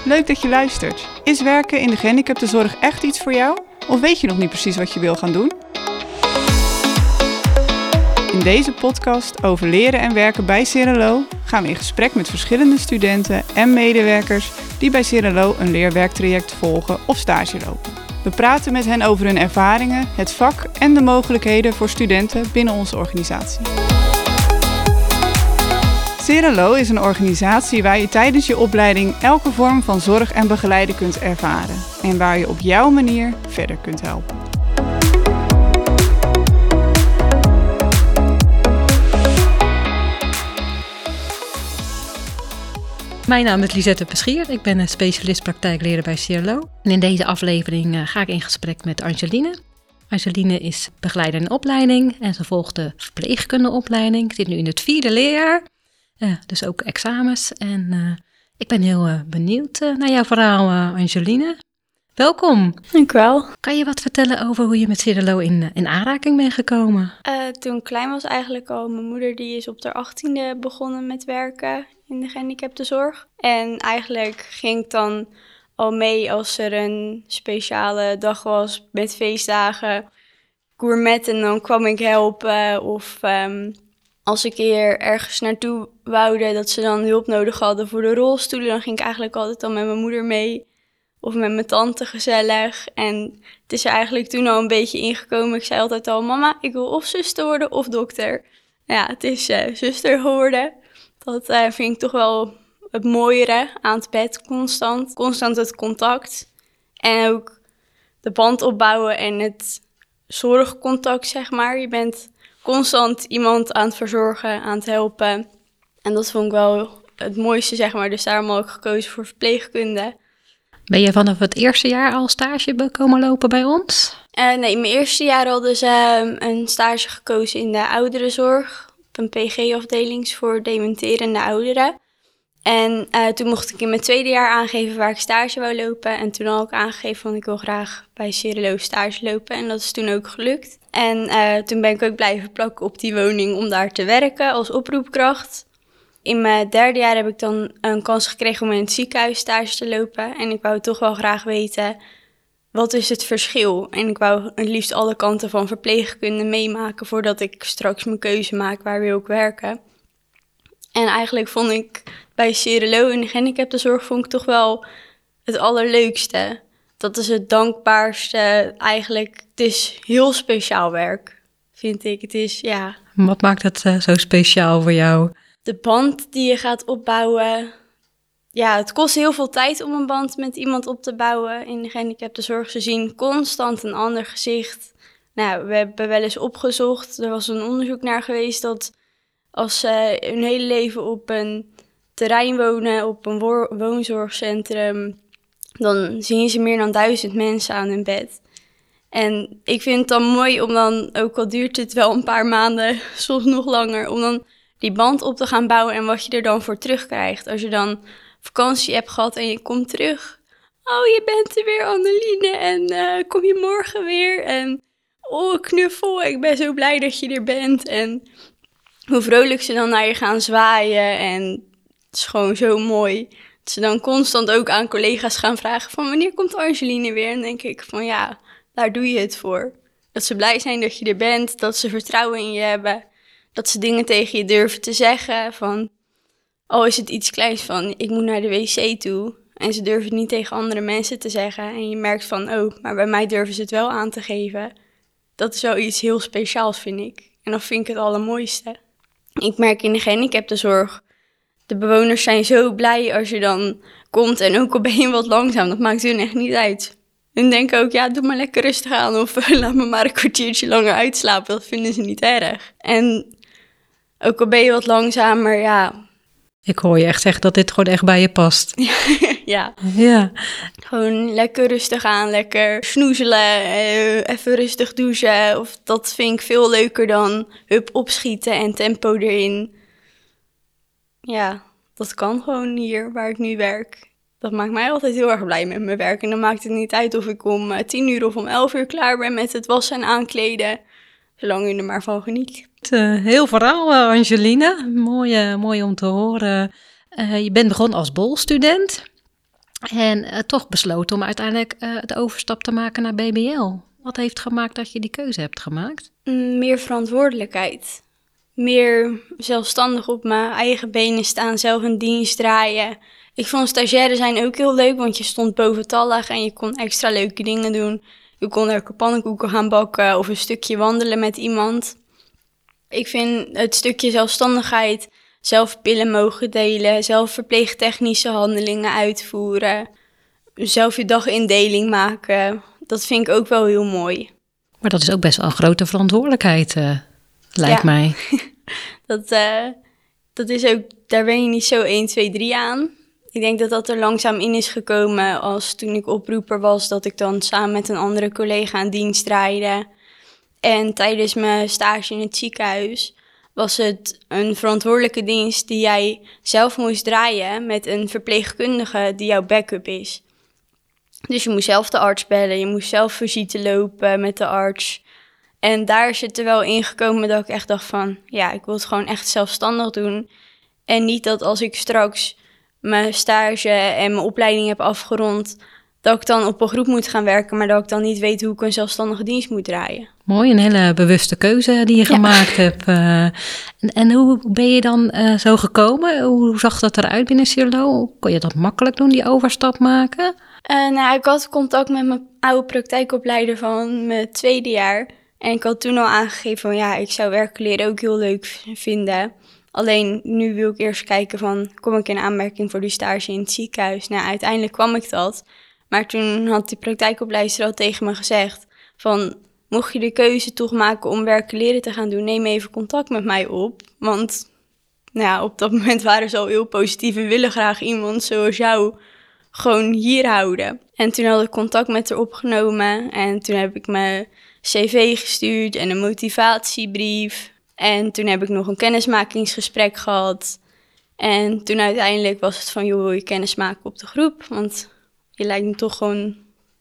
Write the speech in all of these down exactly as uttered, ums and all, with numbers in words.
leuk dat je luistert. Is werken in de gehandicaptenzorg echt iets voor jou? Of weet je nog niet precies wat je wil gaan doen? In deze podcast over leren en werken bij Cirelo gaan we in gesprek met verschillende studenten en medewerkers die bij Cirelo een leerwerktraject volgen of stage lopen. We praten met hen over hun ervaringen, het vak en de mogelijkheden voor studenten binnen onze organisatie. Cirelo is een organisatie waar je tijdens je opleiding elke vorm van zorg en begeleiden kunt ervaren en waar je op jouw manier verder kunt helpen. Mijn naam is Lisette Peschier, ik ben een specialist praktijkleren bij Cirelo. En in deze aflevering uh, ga ik in gesprek met Angeline. Angeline is begeleider in opleiding en ze volgt de verpleegkundeopleiding. Ik zit nu in het vierde leerjaar, uh, dus ook examens. En uh, ik ben heel uh, benieuwd uh, naar jouw verhaal, uh, Angeline. Welkom. Dank u wel. Kan je wat vertellen over hoe je met Cirelo in, uh, in aanraking bent gekomen? Uh, toen ik klein was eigenlijk al. Mijn moeder die is op haar achttiende begonnen met werken in de gehandicaptenzorg. En eigenlijk ging ik dan al mee als er een speciale dag was met feestdagen, gourmet, en dan kwam ik helpen. Of um, als ik hier ergens naartoe woude dat ze dan hulp nodig hadden voor de rolstoelen, dan ging ik eigenlijk altijd al met mijn moeder mee. Of met mijn tante gezellig. En het is er eigenlijk toen al een beetje ingekomen. Ik zei altijd al, mama, ik wil of zuster worden of dokter. Ja, het is uh, zuster geworden. Dat uh, vind ik toch wel het mooiere aan het bed, constant. Constant het contact. En ook de band opbouwen en het zorgcontact, zeg maar. Je bent constant iemand aan het verzorgen, aan het helpen. En dat vond ik wel het mooiste, zeg maar. Dus daarom heb ik gekozen voor verpleegkunde. Ben je vanaf het eerste jaar al stage komen lopen bij ons? Uh, nee, mijn eerste jaar hadden ze uh, een stage gekozen in de ouderenzorg. Op een P G-afdeling voor dementerende ouderen. En uh, toen mocht ik in mijn tweede jaar aangeven waar ik stage wou lopen. En toen had ik aangegeven van ik wil graag bij Cirelo stage lopen. En dat is toen ook gelukt. En uh, toen ben ik ook blijven plakken op die woning om daar te werken als oproepkracht. In mijn derde jaar heb ik dan een kans gekregen om in het ziekenhuis stage te lopen. En ik wou toch wel graag weten, wat is het verschil? En ik wou het liefst alle kanten van verpleegkunde meemaken voordat ik straks mijn keuze maak waar wil ik werken. En eigenlijk vond ik bij Cirelo in de gehandicaptenzorg vond ik toch wel het allerleukste. Dat is het dankbaarste. Eigenlijk, het is heel speciaal werk, vind ik. Het is, ja. Wat maakt het uh, zo speciaal voor jou? De band die je gaat opbouwen. Ja, het kost heel veel tijd om een band met iemand op te bouwen in de gehandicaptenzorg. Ze zien constant een ander gezicht. Nou, we hebben wel eens opgezocht. Er was een onderzoek naar geweest dat als ze hun hele leven op een terrein wonen, op een wo- woonzorgcentrum, dan zien ze meer dan duizend mensen aan hun bed. En ik vind het dan mooi om dan, ook al duurt het wel een paar maanden, soms nog langer, om dan die band op te gaan bouwen en wat je er dan voor terugkrijgt. Als je dan vakantie hebt gehad en je komt terug. Oh, je bent er weer, Anneline. En uh, kom je morgen weer? En oh, knuffel, ik ben zo blij dat je er bent. En hoe vrolijk ze dan naar je gaan zwaaien. En het is gewoon zo mooi. Dat ze dan constant ook aan collega's gaan vragen van wanneer komt Angeline weer? En dan denk ik van ja, daar doe je het voor. Dat ze blij zijn dat je er bent, dat ze vertrouwen in je hebben. Dat ze dingen tegen je durven te zeggen van, oh is het iets kleins van, ik moet naar de wc toe. En ze durven het niet tegen andere mensen te zeggen. En je merkt van, oh, maar bij mij durven ze het wel aan te geven. Dat is wel iets heel speciaals, vind ik. En dat vind ik het allermooiste. Ik merk in de gehandicaptenzorg, de bewoners zijn zo blij als je dan komt. En ook al ben je wat langzaam, dat maakt hun echt niet uit. Hun denken ook, ja, doe maar lekker rustig aan. Of laat me maar een kwartiertje langer uitslapen. Dat vinden ze niet erg. En ook al ben je wat langzamer, ja. Ik hoor je echt zeggen dat dit gewoon echt bij je past. Ja. Ja. Gewoon lekker rustig aan, lekker snoezelen, uh, even rustig douchen. Of dat vind ik veel leuker dan hup opschieten en tempo erin. Ja, dat kan gewoon hier waar ik nu werk. Dat maakt mij altijd heel erg blij met mijn werk. En dan maakt het niet uit of ik om uh, tien uur of om elf uur klaar ben met het wassen en aankleden. Zolang je er maar van geniet. Uh, heel verhaal, uh, Angeline. Mooi, uh, mooi om te horen. Uh, je bent begonnen als bolstudent. En uh, toch besloten om uiteindelijk uh, de overstap te maken naar B B L. Wat heeft gemaakt dat je die keuze hebt gemaakt? Meer verantwoordelijkheid. Meer zelfstandig op mijn eigen benen staan, zelf een dienst draaien. Ik vond stagiaire zijn ook heel leuk, want je stond boventallig en je kon extra leuke dingen doen. Je kon lekker pannenkoeken gaan bakken of een stukje wandelen met iemand. Ik vind het stukje zelfstandigheid, zelf pillen mogen delen, zelf verpleegtechnische handelingen uitvoeren, zelf je dagindeling maken, dat vind ik ook wel heel mooi. Maar dat is ook best wel een grote verantwoordelijkheid, uh, lijkt ja. mij. dat, uh, dat is ook, daar ben je niet zo één, twee, drie aan. Ik denk dat dat er langzaam in is gekomen als toen ik oproeper was, dat ik dan samen met een andere collega een dienst draaide. En tijdens mijn stage in het ziekenhuis was het een verantwoordelijke dienst die jij zelf moest draaien met een verpleegkundige die jouw backup is. Dus je moest zelf de arts bellen, je moest zelf visite lopen met de arts. En daar is het er wel ingekomen dat ik echt dacht van, ja, ik wil het gewoon echt zelfstandig doen. En niet dat als ik straks mijn stage en mijn opleiding heb afgerond, dat ik dan op een groep moet gaan werken, maar dat ik dan niet weet hoe ik een zelfstandige dienst moet draaien. Mooi, een hele bewuste keuze die je ja. gemaakt hebt. Uh, en, en hoe ben je dan uh, zo gekomen? Hoe zag dat eruit binnen Cirelo? Kon je dat makkelijk doen, die overstap maken? Uh, nou, ik had contact met mijn oude praktijkopleider van mijn tweede jaar. En ik had toen al aangegeven van ja, ik zou werkleren ook heel leuk vinden. Alleen nu wil ik eerst kijken van, kom ik in aanmerking voor die stage in het ziekenhuis? Nou, uiteindelijk kwam ik dat. Maar toen had die praktijkopleider al tegen me gezegd van, mocht je de keuze toch maken om werkleren te gaan doen, neem even contact met mij op. Want nou ja, op dat moment waren ze al heel positief en willen graag iemand zoals jou gewoon hier houden. En toen had ik contact met haar opgenomen en toen heb ik mijn cv gestuurd en een motivatiebrief. En toen heb ik nog een kennismakingsgesprek gehad. En toen uiteindelijk was het van, joh, wil je kennis maken op de groep? Want je lijkt me toch gewoon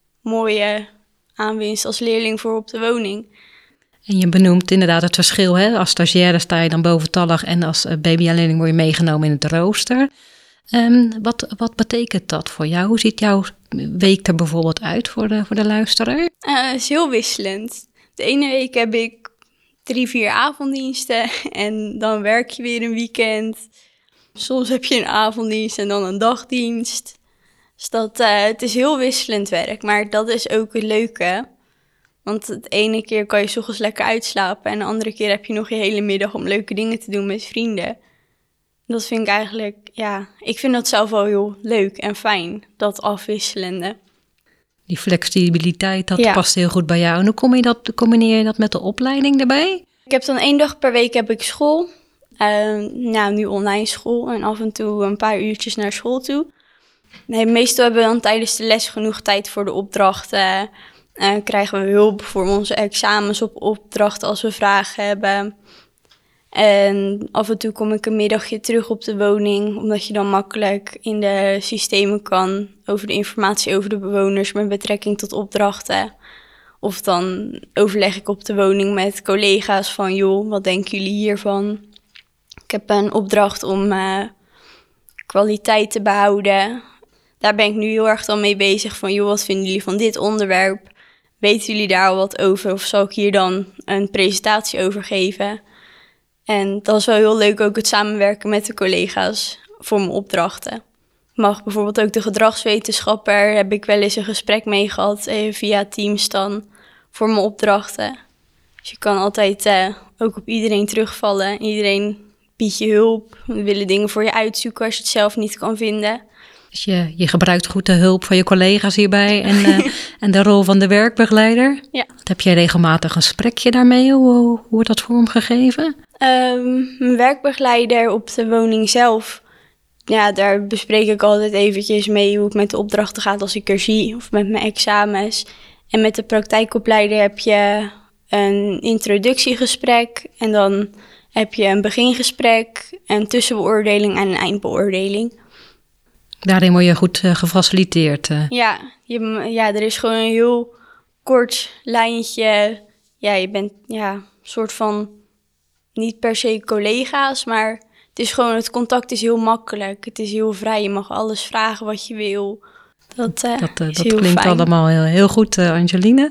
mooie aanwinst als leerling voor op de woning. En je benoemt inderdaad het verschil, hè? Als stagiaire sta je dan boventallig en als B B L-leerling word je meegenomen in het rooster. Um, wat, wat betekent dat voor jou? Hoe ziet jouw week er bijvoorbeeld uit voor de, voor de luisteraar? Uh, het is heel wisselend. De ene week heb ik drie, vier avonddiensten en dan werk je weer een weekend. Soms heb je een avonddienst en dan een dagdienst. Dus dat, uh, het is heel wisselend werk, maar dat is ook het leuke. Want het ene keer kan je 's ochtends lekker uitslapen en de andere keer heb je nog je hele middag om leuke dingen te doen met vrienden. Dat vind ik eigenlijk, ja, ik vind dat zelf wel heel leuk en fijn, dat afwisselende. Die flexibiliteit, dat ja. past heel goed bij jou. En hoe kom je dat, combineer je dat met de opleiding erbij? Ik heb dan één dag per week heb ik school. Uh, nou, nu online school en af en toe een paar uurtjes naar school toe. Nee, meestal hebben we dan tijdens de les genoeg tijd voor de opdrachten. Uh, krijgen we hulp voor onze examens op opdrachten als we vragen hebben. En af en toe kom ik een middagje terug op de woning, omdat je dan makkelijk in de systemen kan over de informatie over de bewoners met betrekking tot opdrachten. Of dan overleg ik op de woning met collega's van, joh, wat denken jullie hiervan? Ik heb een opdracht om uh, kwaliteit te behouden. Daar ben ik nu heel erg dan mee bezig van, joh, wat vinden jullie van dit onderwerp? Weten jullie daar al wat over of zal ik hier dan een presentatie over geven? En dat is wel heel leuk, ook het samenwerken met de collega's voor mijn opdrachten. Ik mag bijvoorbeeld ook de gedragswetenschapper, heb ik wel eens een gesprek mee gehad, even via Teams dan, voor mijn opdrachten. Dus je kan altijd uh, ook op iedereen terugvallen. Iedereen biedt je hulp, we willen dingen voor je uitzoeken als je het zelf niet kan vinden. Dus je, je gebruikt goed de hulp van je collega's hierbij en, uh, en de rol van de werkbegeleider. Ja. Heb je regelmatig een gesprekje daarmee? Hoe, hoe wordt dat vormgegeven? Um, mijn werkbegeleider op de woning zelf, ja, daar bespreek ik altijd eventjes mee hoe het met de opdrachten gaat als ik er zie of met mijn examens. En met de praktijkopleider heb je een introductiegesprek en dan heb je een begingesprek, een tussenbeoordeling en een eindbeoordeling. Daarin word je goed uh, gefaciliteerd. Uh. Ja, je, ja, er is gewoon een heel kort lijntje. Ja, je bent ja, een soort van niet per se collega's, maar het is gewoon, het contact is heel makkelijk. Het is heel vrij, je mag alles vragen wat je wil. Dat, uh, dat, uh, is dat heel klinkt fijn. allemaal heel, heel goed, uh, Angeline.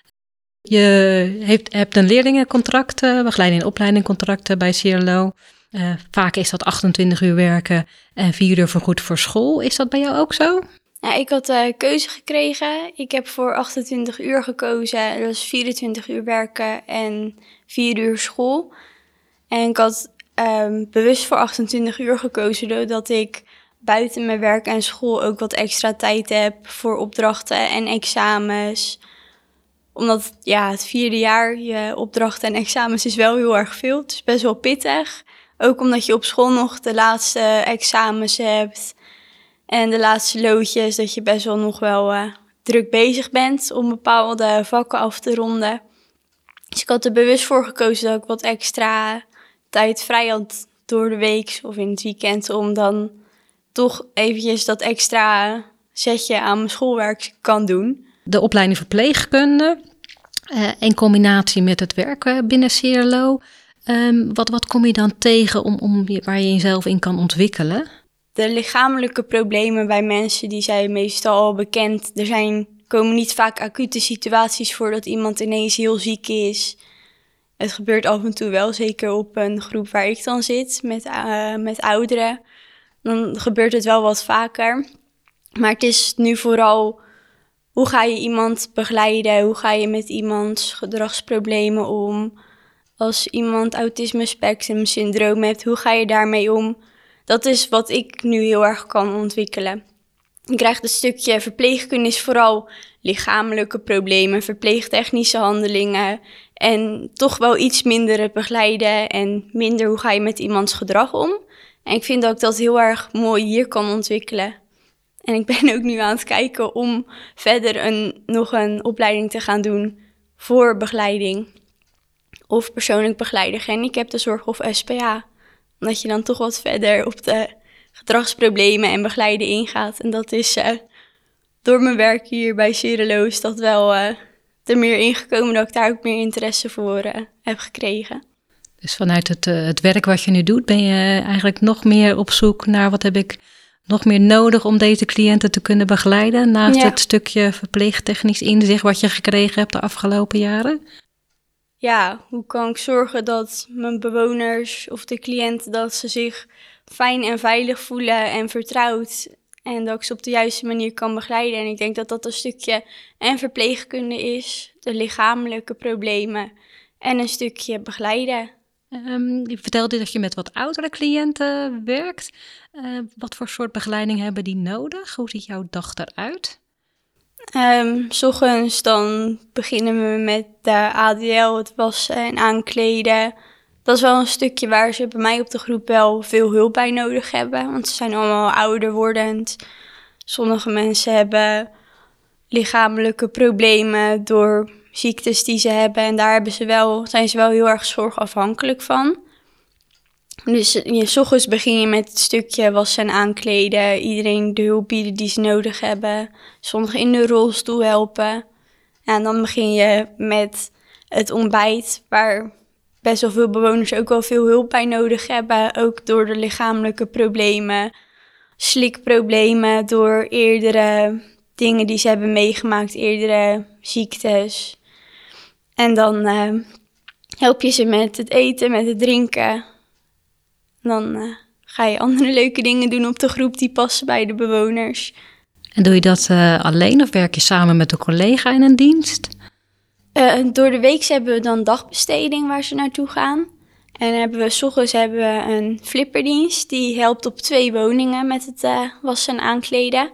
Je heeft, hebt een leerlingencontract, uh, begeleiding en opleidingcontracten bij C L O. Uh, vaak is dat achtentwintig uur werken en vier uur vergoed voor school. Is dat bij jou ook zo? Ja, ik had uh, keuze gekregen. Ik heb voor achtentwintig uur gekozen. Dat is vierentwintig uur werken en vier uur school. En ik had um, bewust voor achtentwintig uur gekozen, doordat ik buiten mijn werk en school ook wat extra tijd heb voor opdrachten en examens. Omdat ja, het vierde jaar, je opdrachten en examens is wel heel erg veel. Het is best wel pittig. Ook omdat je op school nog de laatste examens hebt en de laatste loodjes, dat je best wel nog wel uh, druk bezig bent om bepaalde vakken af te ronden. Dus ik had er bewust voor gekozen dat ik wat extra tijd vrij had door de week of in het weekend, om dan toch eventjes dat extra zetje aan mijn schoolwerk kan doen. De opleiding verpleegkunde uh, in combinatie met het werken binnen C L O. Um, wat, wat kom je dan tegen om, om je, waar je jezelf in kan ontwikkelen? De lichamelijke problemen bij mensen die zijn meestal al bekend. Er zijn, komen niet vaak acute situaties voor dat iemand ineens heel ziek is. Het gebeurt af en toe wel, zeker op een groep waar ik dan zit met, uh, met ouderen. Dan gebeurt het wel wat vaker. Maar het is nu vooral, hoe ga je iemand begeleiden? Hoe ga je met iemands gedragsproblemen om? Als iemand autisme spectrum syndroom heeft, hoe ga je daarmee om? Dat is wat ik nu heel erg kan ontwikkelen. Je krijgt een stukje verpleegkunde, is vooral lichamelijke problemen, verpleegtechnische handelingen. En toch wel iets minder het begeleiden en minder hoe ga je met iemands gedrag om. En ik vind dat ik dat heel erg mooi hier kan ontwikkelen. En ik ben ook nu aan het kijken om verder een, nog een opleiding te gaan doen voor begeleiding. Of persoonlijk begeleider gehandicaptenzorg of S P A. Omdat je dan toch wat verder op de gedragsproblemen en begeleiden ingaat. En dat is uh, door mijn werk hier bij C L O is dat wel uh, er meer ingekomen dat ik daar ook meer interesse voor uh, heb gekregen. Dus vanuit het, uh, het werk wat je nu doet, ben je eigenlijk nog meer op zoek naar wat heb ik nog meer nodig om deze cliënten te kunnen begeleiden? Naast Ja. het stukje verpleegtechnisch inzicht wat je gekregen hebt de afgelopen jaren? Ja, hoe kan ik zorgen dat mijn bewoners of de cliënten dat ze zich fijn en veilig voelen en vertrouwd. En dat ik ze op de juiste manier kan begeleiden. En ik denk dat dat een stukje en verpleegkunde is, de lichamelijke problemen en een stukje begeleiden. Um, je vertelde dat je met wat oudere cliënten werkt. Uh, wat voor soort begeleiding hebben die nodig? Hoe ziet jouw dag eruit? Um, 's ochtends dan beginnen we met de A D L, het wassen en aankleden. Dat is wel een stukje waar ze bij mij op de groep wel veel hulp bij nodig hebben. Want ze zijn allemaal ouder wordend. Sommige mensen hebben lichamelijke problemen door ziektes die ze hebben. En daar hebben ze wel, zijn ze wel heel erg zorgafhankelijk van. Dus je, 's ochtends begin je met het stukje wassen en aankleden. Iedereen de hulp bieden die ze nodig hebben. Sommigen in de rolstoel helpen. En dan begin je met het ontbijt, waar best wel veel bewoners ook wel veel hulp bij nodig hebben. Ook door de lichamelijke problemen, slikproblemen, door eerdere dingen die ze hebben meegemaakt, eerdere ziektes. En dan uh, help je ze met het eten, met het drinken. Dan uh, ga je andere leuke dingen doen op de groep die passen bij de bewoners. En doe je dat uh, alleen of werk je samen met een collega in een dienst? Uh, door de week hebben we dan dagbesteding waar ze naartoe gaan. En dan hebben we 's ochtends hebben we een flipperdienst die helpt op twee woningen met het uh, wassen en aankleden.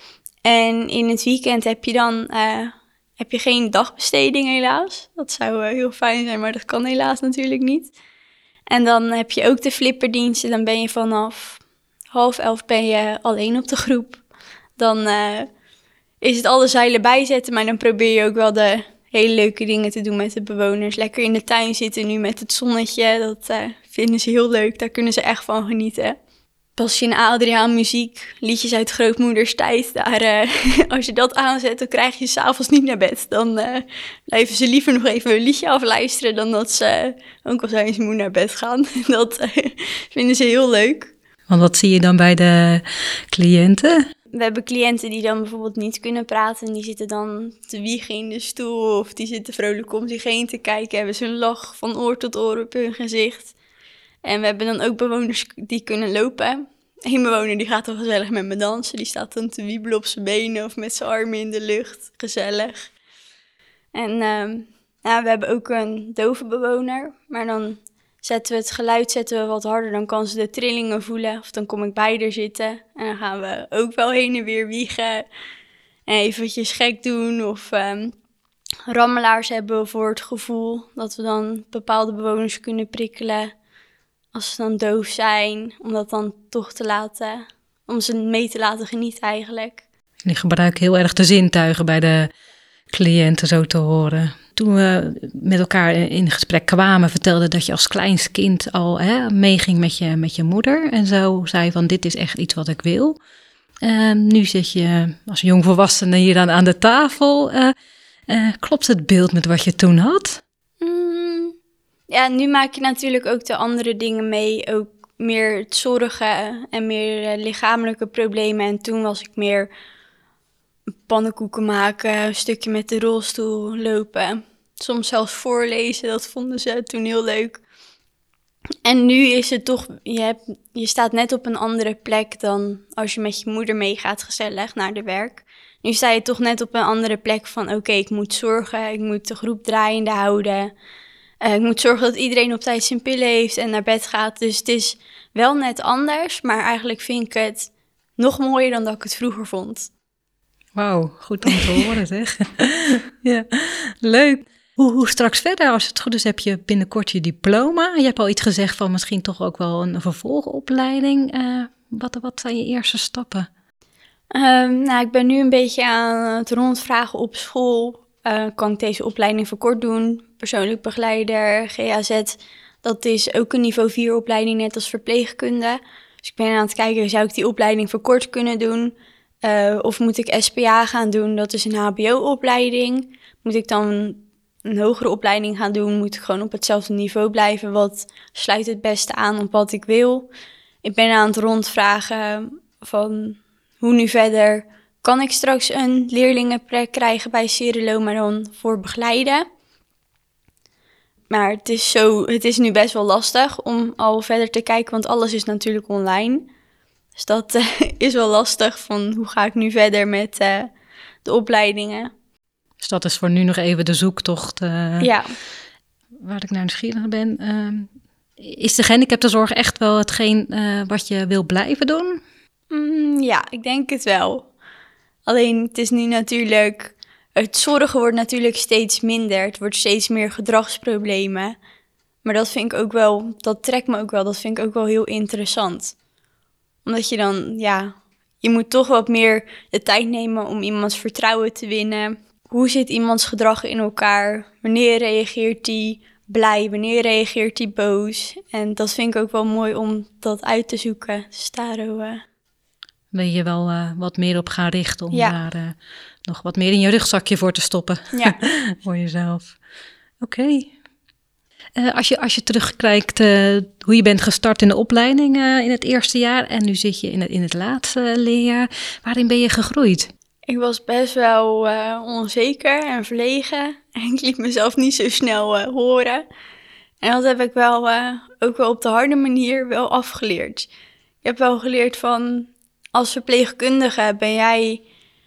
En in het weekend heb je dan uh, heb je geen dagbesteding helaas. Dat zou uh, heel fijn zijn, maar dat kan helaas natuurlijk niet. En dan heb je ook de flipperdienst en dan ben je vanaf half elf ben je alleen op de groep. Dan uh, is het alle zeilen bijzetten, maar dan probeer je ook wel de hele leuke dingen te doen met de bewoners. Lekker in de tuin zitten nu met het zonnetje, dat uh, vinden ze heel leuk. Daar kunnen ze echt van genieten. Pas je in Adriaan muziek, liedjes uit grootmoeders tijd, daar, uh, als je dat aanzet, dan krijg je 's avonds niet naar bed. Dan uh, blijven ze liever nog even een liedje afluisteren dan dat ze, ook al zijn ze moe, naar bed gaan. Dat uh, vinden ze heel leuk. Want wat zie je dan bij de cliënten? we hebben cliënten die dan bijvoorbeeld niet kunnen praten. En die zitten dan te wiegen in de stoel. Of die zitten vrolijk om zich heen te kijken. Hebben ze een lach van oor tot oor op hun gezicht. En we hebben dan ook bewoners die kunnen lopen. Eén bewoner die gaat dan gezellig met me dansen. Die staat dan te wiebelen op zijn benen of met zijn armen in de lucht. Gezellig. En uh, nou, we hebben ook een dove bewoner. Maar dan zetten we het geluid zetten we wat harder. Dan kan ze de trillingen voelen. Of dan kom ik bij haar zitten. En dan gaan we ook wel heen en weer wiegen. En eventjes gek doen. Of um, rammelaars hebben voor het gevoel dat we dan bepaalde bewoners kunnen prikkelen. Als ze dan doof zijn, om dat dan toch te laten, om ze mee te laten genieten eigenlijk. Die gebruiken heel erg de zintuigen bij de cliënten, zo te horen. Toen we met elkaar in gesprek kwamen, vertelde dat je als kleins kind al hè, meeging met je, met je moeder. En zo zei van, dit is echt iets wat ik wil. Uh, nu zit je als jongvolwassene hier aan, aan de tafel. Uh, uh, klopt het beeld met wat je toen had? Mm, ja, nu maak je natuurlijk ook de andere dingen mee. Ook meer het zorgen en meer uh, lichamelijke problemen. En toen was ik meer pannenkoeken maken, een stukje met de rolstoel lopen. Soms zelfs voorlezen, dat vonden ze toen heel leuk. En nu is het toch, je, hebt, je staat net op een andere plek dan als je met je moeder meegaat gezellig naar de werk. Nu sta je toch net op een andere plek van oké, okay, ik moet zorgen, ik moet de groep draaiende houden. Uh, ik moet zorgen dat iedereen op tijd zijn pillen heeft en naar bed gaat. Dus het is wel net anders, maar eigenlijk vind ik het nog mooier dan dat ik het vroeger vond. Wauw, goed om te horen zeg. Ja, leuk. Hoe, hoe straks verder? Als het goed is heb je binnenkort je diploma. Je hebt al iets gezegd van misschien toch ook wel een vervolgopleiding. Uh, wat, wat zijn je eerste stappen? Um, nou, ik ben nu een beetje aan het rondvragen op school. Uh, kan ik deze opleiding verkort doen? Persoonlijk begeleider, G A Z. Dat is ook een niveau vier opleiding, net als verpleegkunde. Dus ik ben aan het kijken, zou ik die opleiding verkort kunnen doen? Uh, of moet ik S P A gaan doen? Dat is een H B O-opleiding. Moet ik dan een hogere opleiding gaan doen? Moet ik gewoon op hetzelfde niveau blijven? Wat sluit het beste aan op wat ik wil? Ik ben aan het rondvragen van hoe nu verder. Kan ik straks een leerlingenplek krijgen bij Cerelo, maar dan voor begeleiden? Maar het is, zo, het is nu best wel lastig om al verder te kijken, want alles is natuurlijk online. Dus dat uh, is wel lastig van hoe ga ik nu verder met uh, de opleidingen. Dus dat is voor nu nog even de zoektocht. Uh, ja. Waar ik naar nieuwsgierig ben. Uh, is de gehandicaptenzorg echt wel hetgeen uh, wat je wil blijven doen? Mm, ja, ik denk het wel. Alleen het is nu natuurlijk, het zorgen wordt natuurlijk steeds minder. Het wordt steeds meer gedragsproblemen. Maar dat vind ik ook wel, dat trekt me ook wel, dat vind ik ook wel heel interessant. Omdat je dan, ja, je moet toch wat meer de tijd nemen om iemands vertrouwen te winnen. Hoe zit iemands gedrag in elkaar? Wanneer reageert hij blij? Wanneer reageert hij boos? En dat vind ik ook wel mooi om dat uit te zoeken. Dus daar uh... ben je wel uh, wat meer op gaan richten om ja. daar uh, nog wat meer in je rugzakje voor te stoppen. Ja. Voor jezelf. Oké. Okay. Uh, als je, als je terugkijkt uh, hoe je bent gestart in de opleiding uh, in het eerste jaar en nu zit je in het, in het laatste leerjaar, waarin ben je gegroeid? Ik was best wel uh, onzeker en verlegen en ik liet mezelf niet zo snel uh, horen. En dat heb ik wel uh, ook wel op de harde manier wel afgeleerd. Ik heb wel geleerd van, als verpleegkundige ben jij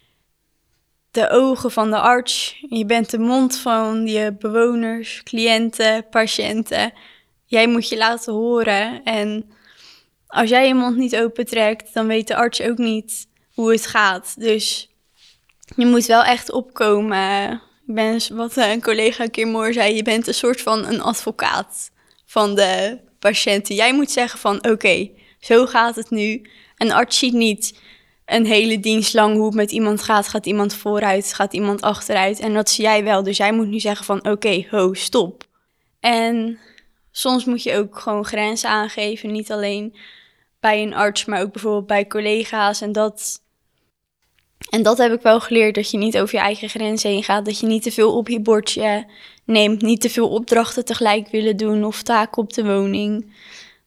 de ogen van de arts. Je bent de mond van je bewoners, cliënten, patiënten. Jij moet je laten horen. En als jij je mond niet opentrekt, dan weet de arts ook niet hoe het gaat. Dus je moet wel echt opkomen. Ik ben, wat een collega een keer mooi zei, je bent een soort van een advocaat van de patiënten. Jij moet zeggen van oké, okay, zo gaat het nu. Een arts ziet niet een hele dienst lang hoe het met iemand gaat. Gaat iemand vooruit, gaat iemand achteruit. En dat zie jij wel. Dus jij moet nu zeggen van oké, okay, ho, stop. En soms moet je ook gewoon grenzen aangeven. Niet alleen bij een arts, maar ook bijvoorbeeld bij collega's. En dat, en dat heb ik wel geleerd. Dat je niet over je eigen grenzen heen gaat. Dat je niet te veel op je bordje neemt. Niet te veel opdrachten tegelijk willen doen of taken op de woning.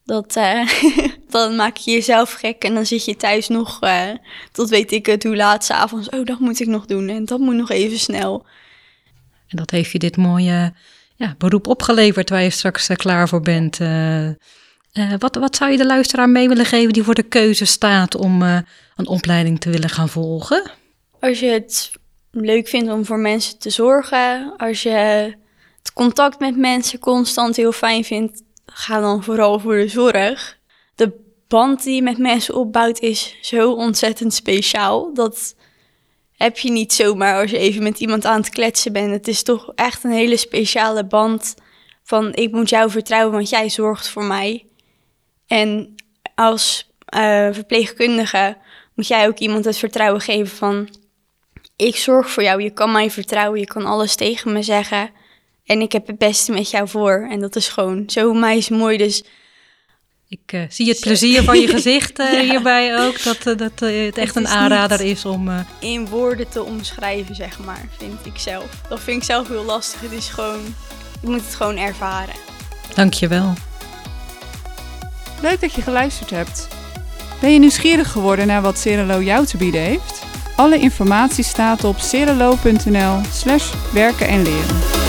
Dat, uh, dan maak je jezelf gek en dan zit je thuis nog, uh, tot weet ik het, hoe laat 's avonds. Oh, dat moet ik nog doen en dat moet nog even snel. En dat heeft je dit mooie ja, beroep opgeleverd waar je straks uh, klaar voor bent. Uh, uh, wat, wat zou je de luisteraar mee willen geven die voor de keuze staat om uh, een opleiding te willen gaan volgen? Als je het leuk vindt om voor mensen te zorgen, als je het contact met mensen constant heel fijn vindt, ga dan vooral voor de zorg. De band die je met mensen opbouwt is zo ontzettend speciaal. Dat heb je niet zomaar als je even met iemand aan het kletsen bent. Het is toch echt een hele speciale band van ik moet jou vertrouwen, want jij zorgt voor mij. En als uh, verpleegkundige moet jij ook iemand het vertrouwen geven van ik zorg voor jou, je kan mij vertrouwen, je kan alles tegen me zeggen. En ik heb het beste met jou voor. En dat is gewoon zo onwijs mooi. Dus ik uh, zie het plezier van je gezicht uh, ja. hierbij ook. Dat, uh, dat uh, het echt het een aanrader is om Uh... in woorden te omschrijven, zeg maar, vind ik zelf. Dat vind ik zelf heel lastig. Het is gewoon, je moet het gewoon ervaren. Dank je wel. Leuk dat je geluisterd hebt. Ben je nieuwsgierig geworden naar wat Cerelo jou te bieden heeft? Alle informatie staat op cerelo punt n l slash werken en leren.